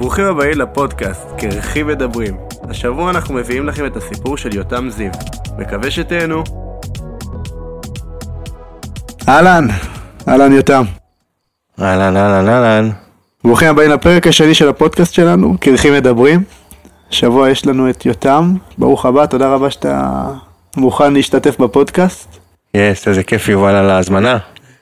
ברוכים הבאים לפודקאסט, קרחים מדברים. השבוע אנחנו מביאים לכם את הסיפור של יותם זיו. מקווה שתהנו. אהלן יותם. אהלן. ברוכים הבאים לפרק השני של הפודקאסט שלנו, קרחים מדברים. השבוע יש לנו את יותם. ברוך הבא, תודה רבה שאתה מוכן להשתתף בפודקאסט. איזה כיף יובל על ההזמנה.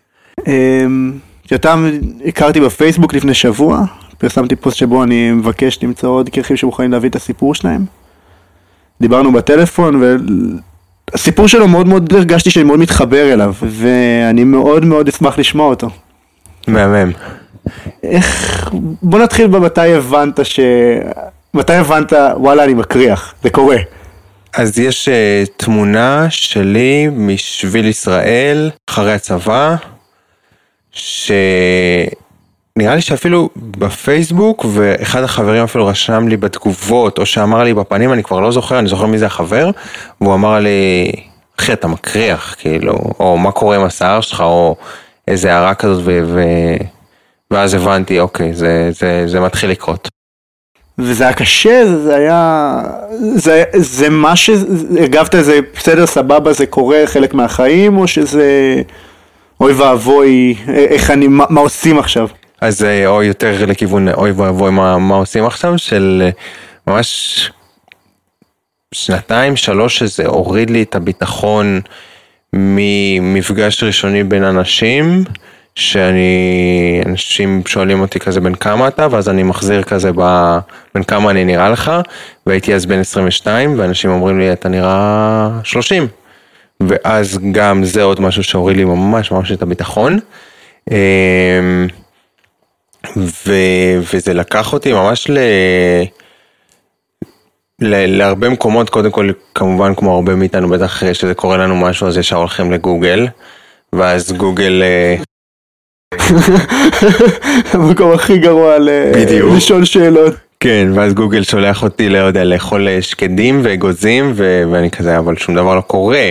יותם הכרתי בפייסבוק לפני שבוע. פרסמתי פוסט שבו אני מבקש למצוא עוד קרחים שמוכנים להביא את הסיפור שלהם. דיברנו בטלפון, והסיפור שלו מאוד הרגשתי שאני מאוד מתחבר אליו, ואני מאוד אשמח לשמוע אותו. מהמם. בוא נתחיל מתי הבנת, וואלה אני מקריח, זה קורה. אז יש תמונה שלי משביל ישראל, אחרי הצבא, נראה לי שאפילו בפייסבוק, ואחד החברים אפילו רשם לי בתגובות, או שאמר לי בפנים, אני כבר לא זוכר, אני זוכר מי זה החבר, והוא אמר לי, אחי אתה מקריח, כאילו, או מה קורה עם השיער שלך, או איזה הערה כזאת, ואז הבנתי, אוקיי, זה מתחיל לקרות. וזה היה קשה, זה מה שהרגבת, זה בסדר סבבה, זה קורה חלק מהחיים, או שזה, אוי ואבוי, מה עושים עכשיו? אז או יותר לכיוון אוי ואבוי מה עושים עכשיו, של ממש 2-3 שזה הוריד לי את הביטחון ממפגש ראשוני בין אנשים, אנשים שואלים אותי כזה בין כמה אתה, ואז אני מחזיר כזה בין כמה אני נראה לך, והייתי אז בין 22, ואנשים אומרים לי אתה נראה 30, ואז גם זה עוד משהו שהוריד לי ממש את הביטחון, וזה לקח אותי ממש להרבה מקומות, קודם כל כמובן כמו הרבה מאיתנו, בטח שזה קורה לנו משהו, אז ישר הולכים לגוגל, ואז גוגל המקום הכי גרוע לשאול שאלות. כן, ואז גוגל שולח אותי לאכול שקדים ואגוזים, ואני כזה, אבל שום דבר לא קורה,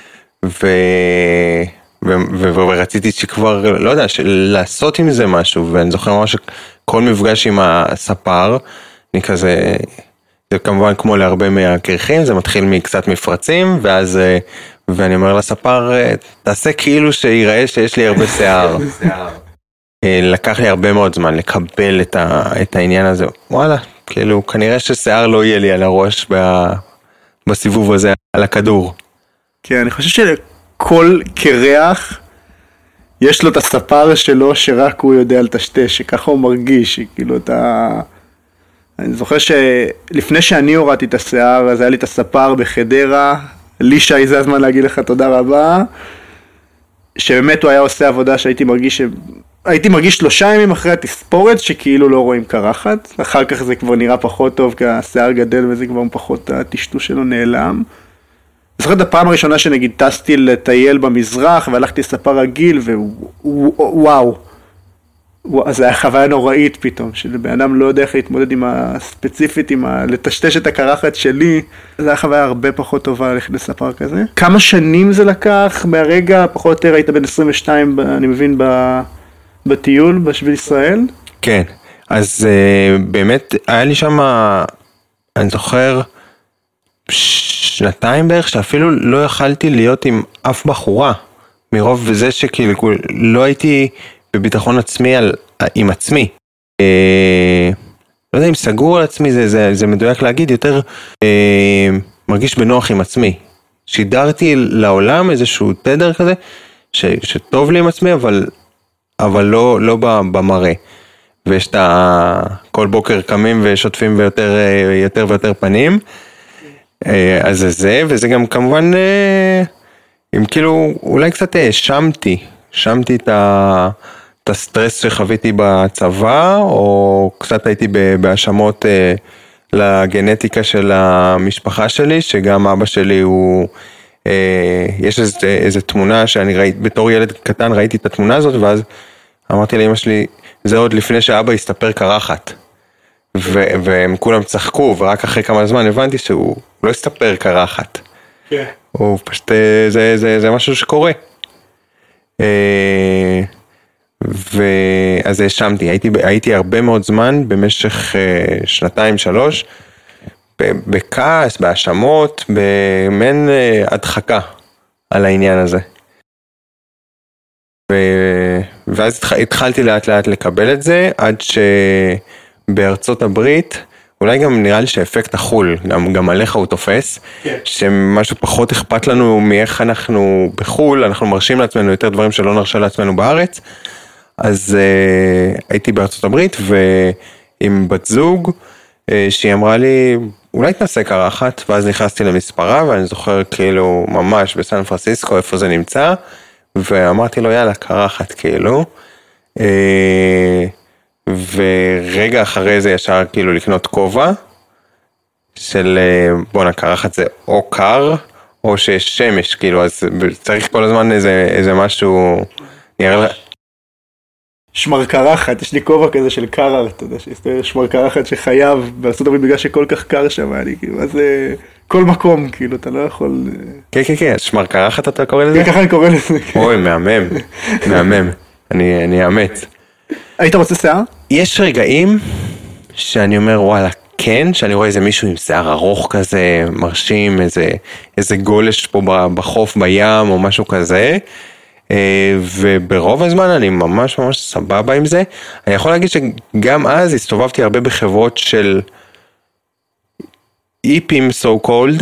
ורציתי שכבר, לא יודע, לעשות עם זה משהו, ואני זוכר ממש שכל מפגש עם הספר, אני כזה, זה כמובן כמו להרבה מהקרחים, זה מתחיל מקצת מפרצים, ואז, ואני אומר לספר, תעשה כאילו שיראה שיש לי הרבה שיער. לקח לי הרבה מאוד זמן לקבל את העניין הזה, וואלה, כאילו, כנראה ששיער לא יהיה לי על הראש בסיבוב הזה, על הכדור. כן, אני חושב כל קרח יש לו את הספר שלו שרק הוא יודע לטשטש, שככה הוא מרגיש, כאילו אני זוכר שלפני שאני הורדתי את השיער, אז היה לי את הספר בחדרה, לישי, זה הזמן להגיד לך תודה רבה, שבאמת הוא היה עושה עבודה שהייתי מרגיש 3 ימים אחרי התספורת, שכאילו לא רואים קרחת, אחר כך זה כבר נראה פחות טוב, כי השיער גדל וזה כבר פחות, הטשטוש שלו נעלם. זוכרת הפעם הראשונה שנגיד טסתי לטייל במזרח והלכתי לספר רגיל ווואו, אז זה היה חוויה נוראית פתאום, שבן אדם לא יודע איך להתמודד עם הספציפית, לטשטש את הקרחת שלי, זה היה חוויה הרבה פחות טובה ללכת לספר כזה. כמה שנים זה לקח מהרגע, פחות או יותר היית בן 22, אני מבין, בטיול בשביל ישראל? כן, אז באמת היה לי שם, אני זוכר, 2 בערך שאפילו לא יכלתי להיות עם אף בחורה, מרוב זה שכאילו לא הייתי בביטחון עצמי עם עצמי. לא יודע אם סגור על עצמי, זה מדויק להגיד, יותר מרגיש בנוח עם עצמי. שידרתי לעולם איזשהו תדר כזה, שטוב לי עם עצמי, אבל לא במראה. ויש כל בוקר קמים ושוטפים יותר ויותר פנים, אז זה, וזה גם כמובן, אם כאילו, אולי קצת שמתי את הסטרס שחוויתי בצבא, או קצת הייתי בהאשמות לגנטיקה של המשפחה שלי, שגם אבא שלי הוא, יש איזו תמונה שאני ראיתי, בתור ילד קטן ראיתי את התמונה הזאת, ואז אמרתי לאמא שלי, זה עוד לפני שאבא הסתפר קרחת. והם כולם צחקו, ורק אחרי כמה זמן הבנתי שהוא לא הסתפר קרחת. כן. הוא פשוט, זה משהו שקורה. ואז האשמתי, הייתי הרבה מאוד זמן, במשך 2-3, בכעס, בהאשמות, במין הדחקה על העניין הזה. ואז התחלתי לאט לאט לקבל את זה, עד שבארצות הברית, אולי גם נראה לי שאפקט החול, גם עליך הוא תופס, שמשהו פחות אכפת לנו מאיך אנחנו בחול, אנחנו מרשים לעצמנו יותר דברים שלא נרשה לעצמנו בארץ, אז הייתי בארצות הברית, ועם בת זוג, שהיא אמרה לי, אולי תנסה קרחת, ואז נכנסתי למספרה, ואני זוכר כאילו ממש בסן פרנסיסקו, איפה זה נמצא, ואמרתי לו, יאללה, קרחת כאילו, ורגע אחרי זה ישר כאילו לקנות כובע, של בוא נקרחת זה או קר, או שיש שמש, כאילו, אז צריך כל הזמן איזה משהו, נראה לך, שמר קרחת, יש לי כובע כזה של קרר, אתה יודע, שמר קרחת שחייב בארצות הברית בגלל שכל כך קר שם, אני כאילו, אז כל מקום, כאילו, אתה לא יכול... כן, שמר קרחת אתה קורא לזה? כן, ככה אני קורא לזה. אוי, מהמם, אני אאמץ. היית רוצה שיער? יש רגעים שאני אומר, וואלה, כן, שאני רואה איזה מישהו עם שיער ארוך כזה, מרשים, איזה גולש פה בחוף בים או משהו כזה, וברוב הזמן אני ממש סבבה עם זה. אני יכול להגיד שגם אז הסתובבתי הרבה בחברות של איפים so called,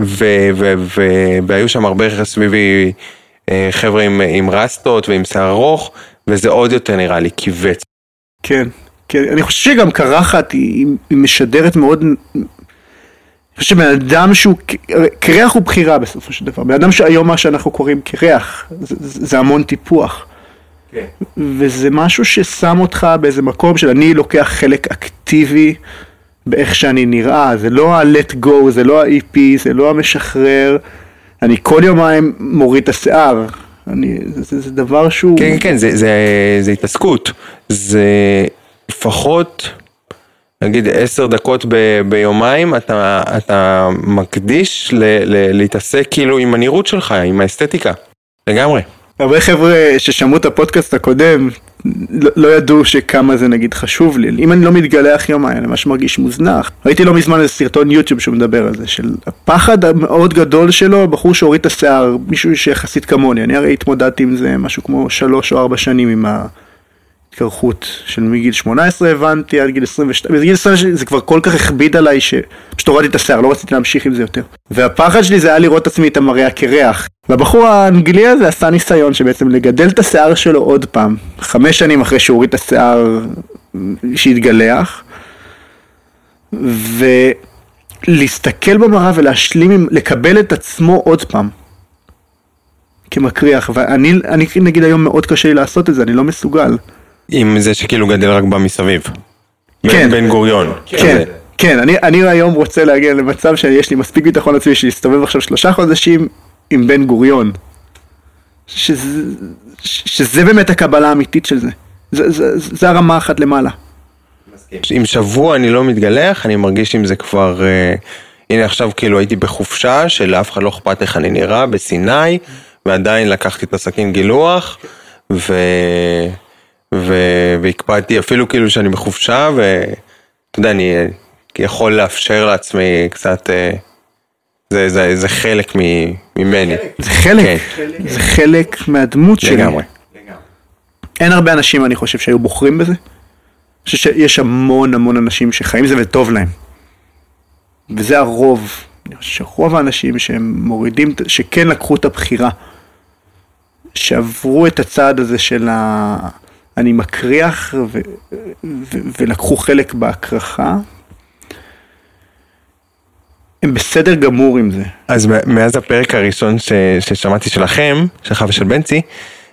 והיו שם הרבה סביבי חבר'ה עם רסטות ועם שיער ארוך, וזה עוד יותר נראה לי כיווץ. כן, אני חושב שגם קרחת היא משדרת מאוד, אני חושב שבן אדם שהוא, קרח הוא בחירה בסופו של דבר, בן אדם שהיום מה שאנחנו קוראים קרח, זה המון טיפוח, כן. וזה משהו ששם אותך באיזה מקום של אני לוקח חלק אקטיבי באיך שאני נראה, זה לא ה-let go, זה לא ה-EP, זה לא המשחרר, אני כל יומיים מוריד את השיער, זה דבר שהוא... כן, זה התעסקות, זה לפחות, נגיד 10 דקות ביומיים, אתה מקדיש להתעסק כאילו עם הנראות שלך, עם האסתטיקה, לגמרי. הרבה חבר'ה ששמעו את הפודקאסט הקודם, לא ידעו שכמה זה נגיד חשוב לי. אם אני לא מתגלח יומיים, אני ממש מרגיש מוזנח. ראיתי לא מזמן איזה סרטון יוטיוב שהוא מדבר על זה, של הפחד המאוד גדול שלו, בחור שהוריד את השיער, מישהו שיחסית כמוני. אני הרי התמודדתי עם זה משהו כמו 3 או 4 שנים עם ההתקרחות של מגיל 18 הבנתי עד גיל 22. בגיל 22 זה כבר כל כך הכביד עליי שפשוט הורדתי את השיער, לא רציתי להמשיך עם זה יותר. והפחד שלי זה היה לראות את עצמי את המראה הקרח. והבחור האנגלי הזה עשה ניסיון שבעצם לגדל את השיער שלו עוד פעם, 5 שנים אחרי שהוא הוריד את השיער שהתגלח, ולהסתכל במראה ולהשלים, לקבל את עצמו עוד פעם, כמקריח, ואני נגיד היום מאוד קשה לי לעשות את זה, אני לא מסוגל. עם זה שכאילו גדל רק במסביב. כן. בן גוריון. כן, אני היום רוצה להגיע למצב שיש לי מספיק ביטחון עצמי להסתובב עכשיו 3 חודשים עם בן גוריון. שזה באמת הקבלה האמיתית של זה. זה הרמה אחת למעלה. אם שבוע אני לא מתגלח, אני מרגיש עם זה כבר, הנה עכשיו כאילו הייתי בחופשה, שלאף אחד לא אכפת איך אני נראה, בסיני, ועדיין לקחתי את הסכין גילוח, והקפדתי אפילו כאילו שאני בחופשה, ואתה יודע, אני יכול לאפשר לעצמי קצת, זה חלק ממני. זה חלק מהדמות שלי. לגמרי. אין הרבה אנשים, אני חושב, שהיו בוחרים בזה. אני חושב שיש המון אנשים שחיים זה וטוב להם. וזה הרוב. אני חושב שרוב האנשים שהם מורידים, שכן לקחו את הבחירה, שעברו את הצעד הזה של אני מקריח ולקחו חלק בהקרחה, הם בסדר גמור עם זה. אז מאז הפרק הראשון ששמעתי שלכם, שלך ושל בנצי,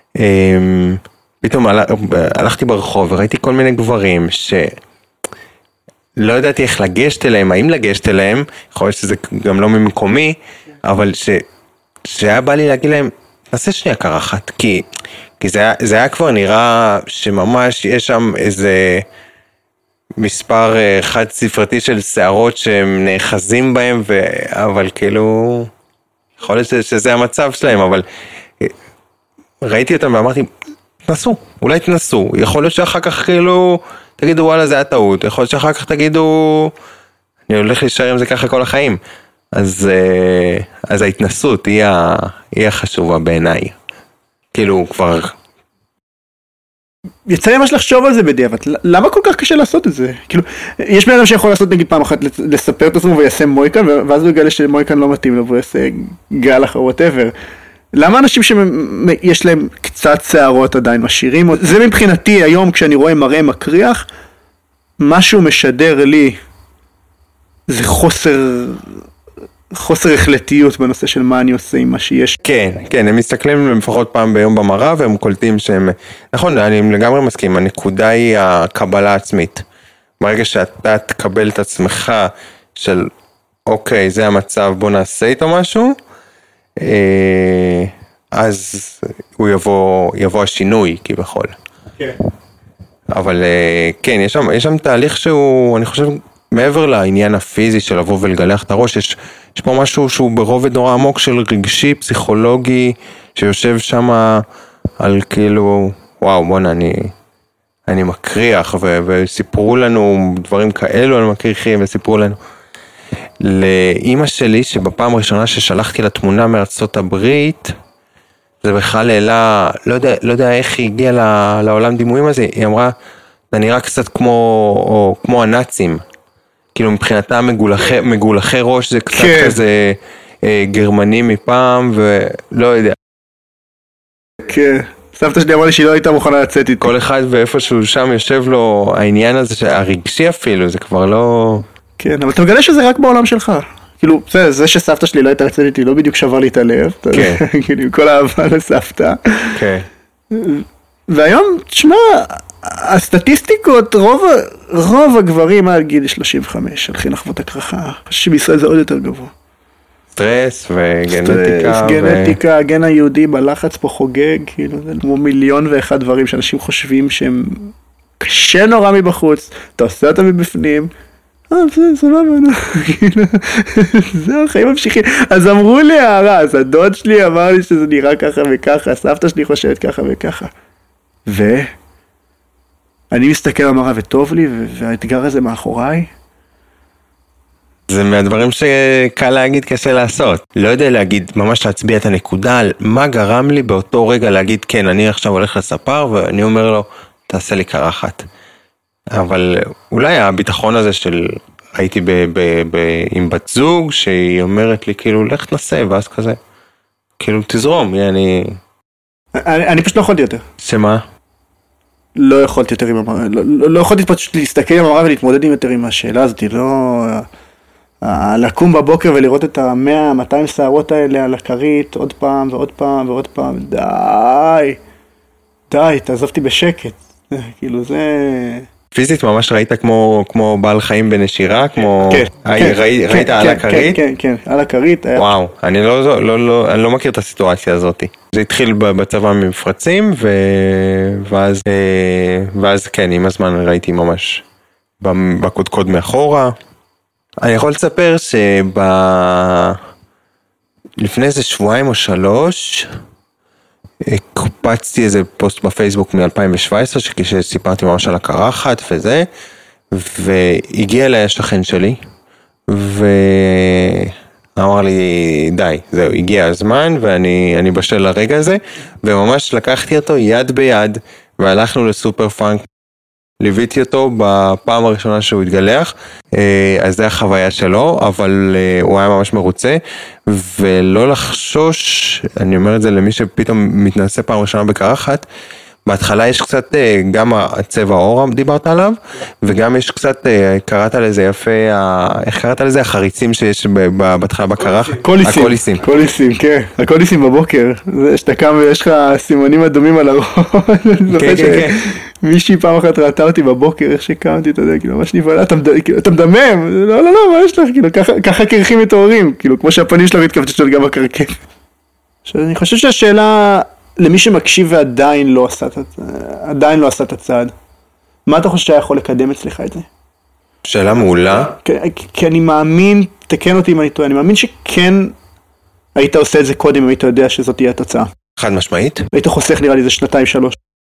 פתאום הלכתי ברחוב וראיתי כל מיני גברים שלא ידעתי איך לגשת אליהם, האם לגשת אליהם, יכול להיות שזה גם לא ממקומי, אבל שהיה בא לי להגיד להם, נעשה שנייה קרחת, כי זה היה כבר נראה שממש יש שם איזה מספר חד ספרתי של שערות שהם נאחזים בהם, אבל כאילו, יכול להיות שזה המצב שלהם, אבל ראיתי אותם ואמרתי, תנסו, אולי תנסו, יכול להיות שאחר כך כאילו, תגידו וואלה זה היה טעות, יכול להיות שאחר כך תגידו, אני הולך להישאר עם זה ככה כל החיים, אז ההתנסות היא החשובה בעיניי, כאילו כבר... יצא לי ממש לחשוב על זה בדיעבד, למה כל כך קשה לעשות את זה? כאילו, יש בן אדם שיכול לעשות נגיד פעם אחת לספר את עצמו ויעשה מויקן, ואז הוא יגלה שמויקן לא מתאים לו, והוא יעשה גלח או whatever. למה אנשים שיש להם קצת שערות עדיין משאירים? זה מבחינתי היום כשאני רואה מראה מקריח, משהו משדר לי, זה חוסר החלטיות בנושא של מה אני עושה עם מה שיש. כן, כן, הם מסתכלים לפחות פעם ביום במראה, והם קולטים שהם, נכון, אני לגמרי מסכים, הנקודה היא הקבלה העצמית. ברגע שאתה תקבל את עצמך של, אוקיי, זה המצב, בוא נעשה איתו משהו, אז הוא יבוא השינוי כבכל. כן. אבל כן, יש שם תהליך שהוא, אני חושב, מעבר לעניין הפיזי של לבוא ולגלח את הראש, יש פה משהו שהוא ברובד נורא עמוק של רגשי, פסיכולוגי, שיושב שם על כאילו, וואו, בוא'נה, אני מקריח, וסיפרו לנו דברים כאלו, אני מקריחים, וסיפרו לנו. לאמא שלי, שבפעם הראשונה ששלחתי לה תמונה מארצות הברית, זה בכלל העלה, לא יודע איך היא הגיעה לעולם דימויים הזה, היא אמרה, זה נראה קצת כמו הנאצים, כאילו מבחינתה מגולחי ראש זה קצת כזה גרמני מפעם, ולא יודע. כן, סבתא שלי אמרה לי שהיא לא הייתה מוכנה לצאת איתי. כל אחד ואיפשהו שם יושב לו העניין הזה, הרגשי אפילו, זה כבר לא... כן, אבל אתה מגלה שזה רק בעולם שלך. כאילו, זה שסבתא שלי לא הייתה לצאת איתי, לא בדיוק שבר לי את הלב. כן. כאילו, כל האהבה לסבתא. כן. והיום, תשמע, הסטטיסטיקות, רוב הגברים עד גיל 35 הולכים לחוות הקרחה. אני חושב שבישראל זה עוד יותר גבוה. סטרס וגנטיקה. גנטיקה, הגן היהודי בלחץ פה חוגג, כאילו, זה כמו 1,000,001 דברים שאנשים חושבים שהם קשה נורא מבחוץ, אתה עושה אותם מבפנים, סבבה, זהו, החיים ממשיכים. אז אמרו לי הערה, אז הדוד שלי אמר לי שזה נראה ככה וככה, הסבתא שלי חושבת ככה וככה. אני מסתכל על המראה וטוב לי, והאתגר הזה מאחוריי. זה מהדברים שקל להגיד, קשה לעשות. לא יודע להגיד, ממש להצביע את הנקודה על מה גרם לי באותו רגע להגיד, כן, אני עכשיו הולך לספר, ואני אומר לו, תעשה לי קרחת. אבל אולי הביטחון הזה של, הייתי עם בת זוג, שהיא אומרת לי, כאילו, לך תנסה, ואז כזה, כאילו, תזרום, אני פשוט לא יכולתי יותר. שמה? לא יכולתי יותר עם המראה, לא יכולתי פשוט להסתכל עם המראה ולהתמודד יותר עם השאלה הזאת, לא... לקום בבוקר ולראות את 100-200 שערות האלה על הכרית, עוד פעם ועוד פעם ועוד פעם, די, תעזבתי בשקט, כאילו זה... פיזית ממש ראית כמו בעל חיים בנשירה, כמו... ראית על הכרית? כן, על הכרית. וואו, אני לא מכיר את הסיטואציה הזאת. זה התחיל בצבא ממפרצים, ואז כן, עם הזמן ראיתי ממש בקודקוד מאחורה. אני יכול לספר לפני איזה 2 או 3, קופצתי איזה פוסט בפייסבוק מ-2017, שסיפרתי ממש על הקרחת וזה, והגיע אליי השכן שלי, ואמר לי, די, זהו, הגיע הזמן, ואני בשל לרגע הזה, וממש לקחתי אותו יד ביד, והלכנו לסופר פאנק, ליוויתי אותו בפעם הראשונה שהוא התגלח, אז זה החוויה שלו, אבל הוא היה ממש מרוצה, ולא לחשוש, אני אומר את זה למי שפתאום מתנסה פעם ראשונה בקרחת, בהתחלה יש קצת, גם הצבע האור דיברת עליו, וגם יש קצת, קראת לזה יפה, איך קראת לזה? החריצים שיש בהתחלה בקרחת? הקוליסים, כן, הקוליסים בבוקר, שאתה קם ויש לך סימנים אדומים על הראש, כן. מישהי פעם אחת ראתה אותי בבוקר, איך שקמתי, אתה יודע, כאילו, ממש נבהלה, אתה מדמם, לא, מה יש לך, כאילו, ככה קרחים מתעוררים, כאילו, כמו שהפנים שלה מתכווצות גם בקרקף. עכשיו, אני חושב שהשאלה, למי שמקשיב ועדיין לא עשה את הצעד, מה אתה חושב שהיה יכול לקדם אצלך את זה? שאלה מעולה. כי אני מאמין, תקן אותי אם אני טועה, אני מאמין שכן היית עושה את זה קודם, אם היית יודע שזאת תהיה התוצאה. חד משמעית. היית חוסך נראה לי זה 2-3.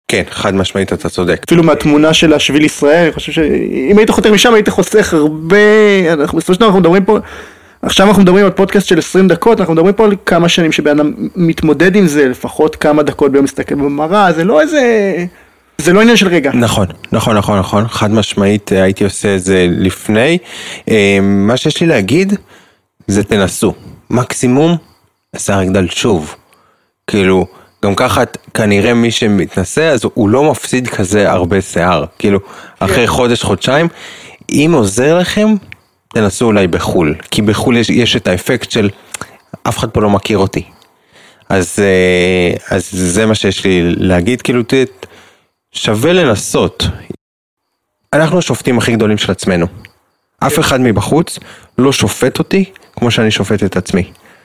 כן, חד משמעית אתה צודק. אפילו מהתמונה של השביל ישראל, אני חושב שאם היית חותר משם, היית חוסך הרבה, בסופו של דבר אנחנו מדברים פה, עכשיו אנחנו מדברים על פודקאסט של 20 דקות, אנחנו מדברים פה על כמה שנים שבן אדם מתמודד עם זה, לפחות כמה דקות ביום מסתכל במראה, זה לא איזה, זה לא עניין של רגע. נכון, חד משמעית הייתי עושה את זה לפני. מה שיש לי להגיד, זה תנסו. מקסימום, השיער יגדל שוב. כאילו, גם ככה כנראה מי שמתנסה, אז הוא לא מפסיד כזה הרבה שיער. כאילו, אחרי חודש, חודשיים, אם עוזר לכם, תנסו אולי בחול. כי בחול יש את האפקט של, אף אחד פה לא מכיר אותי. אז זה מה שיש לי להגיד, כאילו, שווה לנסות. אנחנו השופטים הכי גדולים של עצמנו. אף אחד מבחוץ לא שופט אותי כמו שאני שופט את עצמי.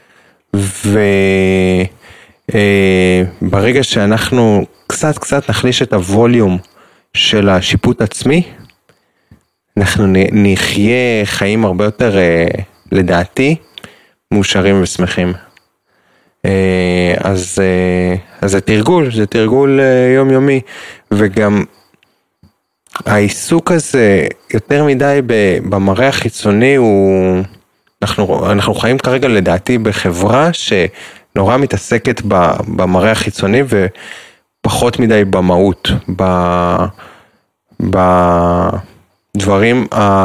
וברגע שאנחנו קצת נחליש את הווליום של השיפוט עצמי, אנחנו נחיה חיים הרבה יותר, לדעתי, מאושרים ושמחים. אז זה תרגול יומיומי, וגם העיסוק הזה יותר מדי במראה החיצוני, אנחנו חיים כרגע לדעתי בחברה שנורא מתעסקת במראה החיצוני ופחות מדי במהות, בדברים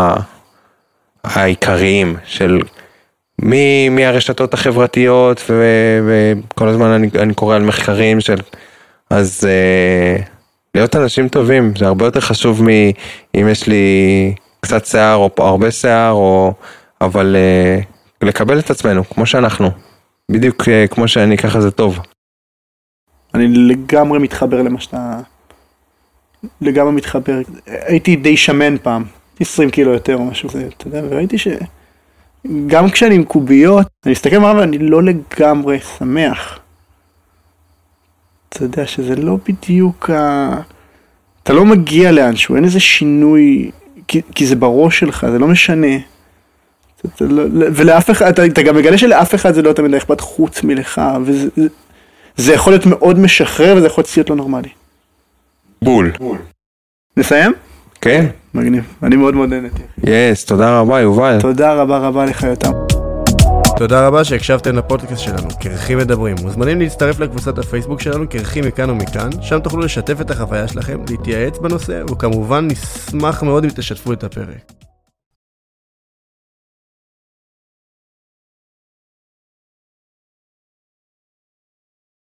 העיקריים של מהרשתות החברתיות, וכל הזמן אני קורא על מחקרים של, אז להיות אנשים טובים, זה הרבה יותר חשוב אם יש לי קצת שיער או הרבה שיער, אבל לקבל את עצמנו כמו שאנחנו, בדיוק כמו שאני, ככה זה טוב. אני לגמרי מתחבר למה שאתה, לגמרי מתחבר, הייתי די שמן פעם, 20 קילו יותר או משהו כזה, אתה יודע, וראיתי גם כשאני עם קוביות, אני מסתכל מה, ואני לא לגמרי שמח. אתה יודע שזה לא בדיוק, אתה לא מגיע לאנשהו, אין איזה שינוי, כי זה בראש שלך, זה לא משנה. ולאף אחד, אתה גם מגלה שלאף אחד זה לא תמיד אכפת חוץ מלך, וזה יכול להיות מאוד משחרר, וזה יכול להיות לא נורמלי. בול. נסיים? כן. מגניב, אני מאוד מאוד נהניתי. תודה רבה יובל. תודה רבה לך יותם. תודה רבה שהקשבתם לפודקאסט שלנו, קרחים מדברים. מוזמנים להצטרף לקבוצת הפייסבוק שלנו, קרחים מכאן ומכאן. שם תוכלו לשתף את החוויה שלכם, להתייעץ בנושא, וכמובן נשמח מאוד אם תשתפו את הפרק.